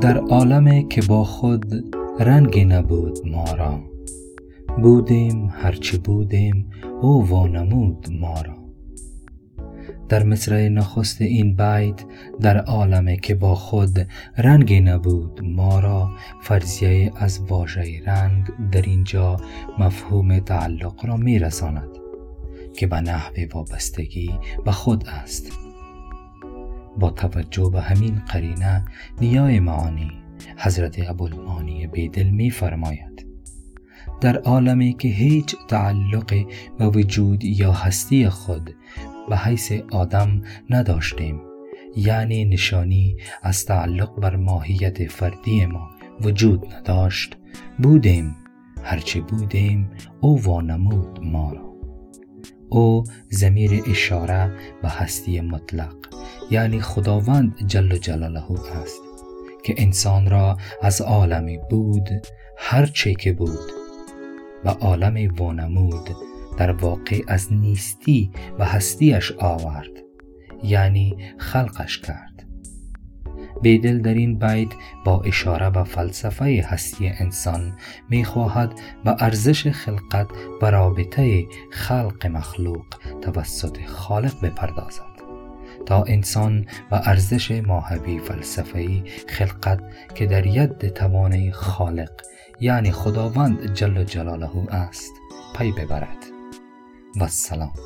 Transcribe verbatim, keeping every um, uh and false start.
در عالمی که با خود رنگی نبود ما را، بودیم هرچی بودیم او وانمود ما را. در مصرع نخست این بیت در عالمی که با خود رنگی نبود ما را، فرضیه از واژه رنگ در اینجا مفهوم تعلق را می رساند که به نحو وابستگی به خود است. با توجه به همین قرینه نیای معانی حضرت ابوالمعانی بیدل می فرماید در عالمی که هیچ تعلقی به وجود یا هستی خود به حیث آدم نداشتیم، یعنی نشانی از تعلق بر ماهیت فردی ما وجود نداشت، بودیم هرچی بودیم او وانمود ما را. او ضمیر اشاره به هستی مطلق یعنی خداوند جل جلاله است که انسان را از عالمی بود هرچی که بود و عالم وانمود در واقع از نیستی و هستیش آورد، یعنی خلقش کرد. بیدل در این بیت با اشاره به فلسفه هستی انسان می خواهد به ارزش خلقت و رابطه خلق مخلوق توسط خالق بپردازد تا انسان و ارزش ماهوی فلسفه‌ای خلقت که در ید توانه خالق یعنی خداوند جل جلاله است پی ببرد. و السلام.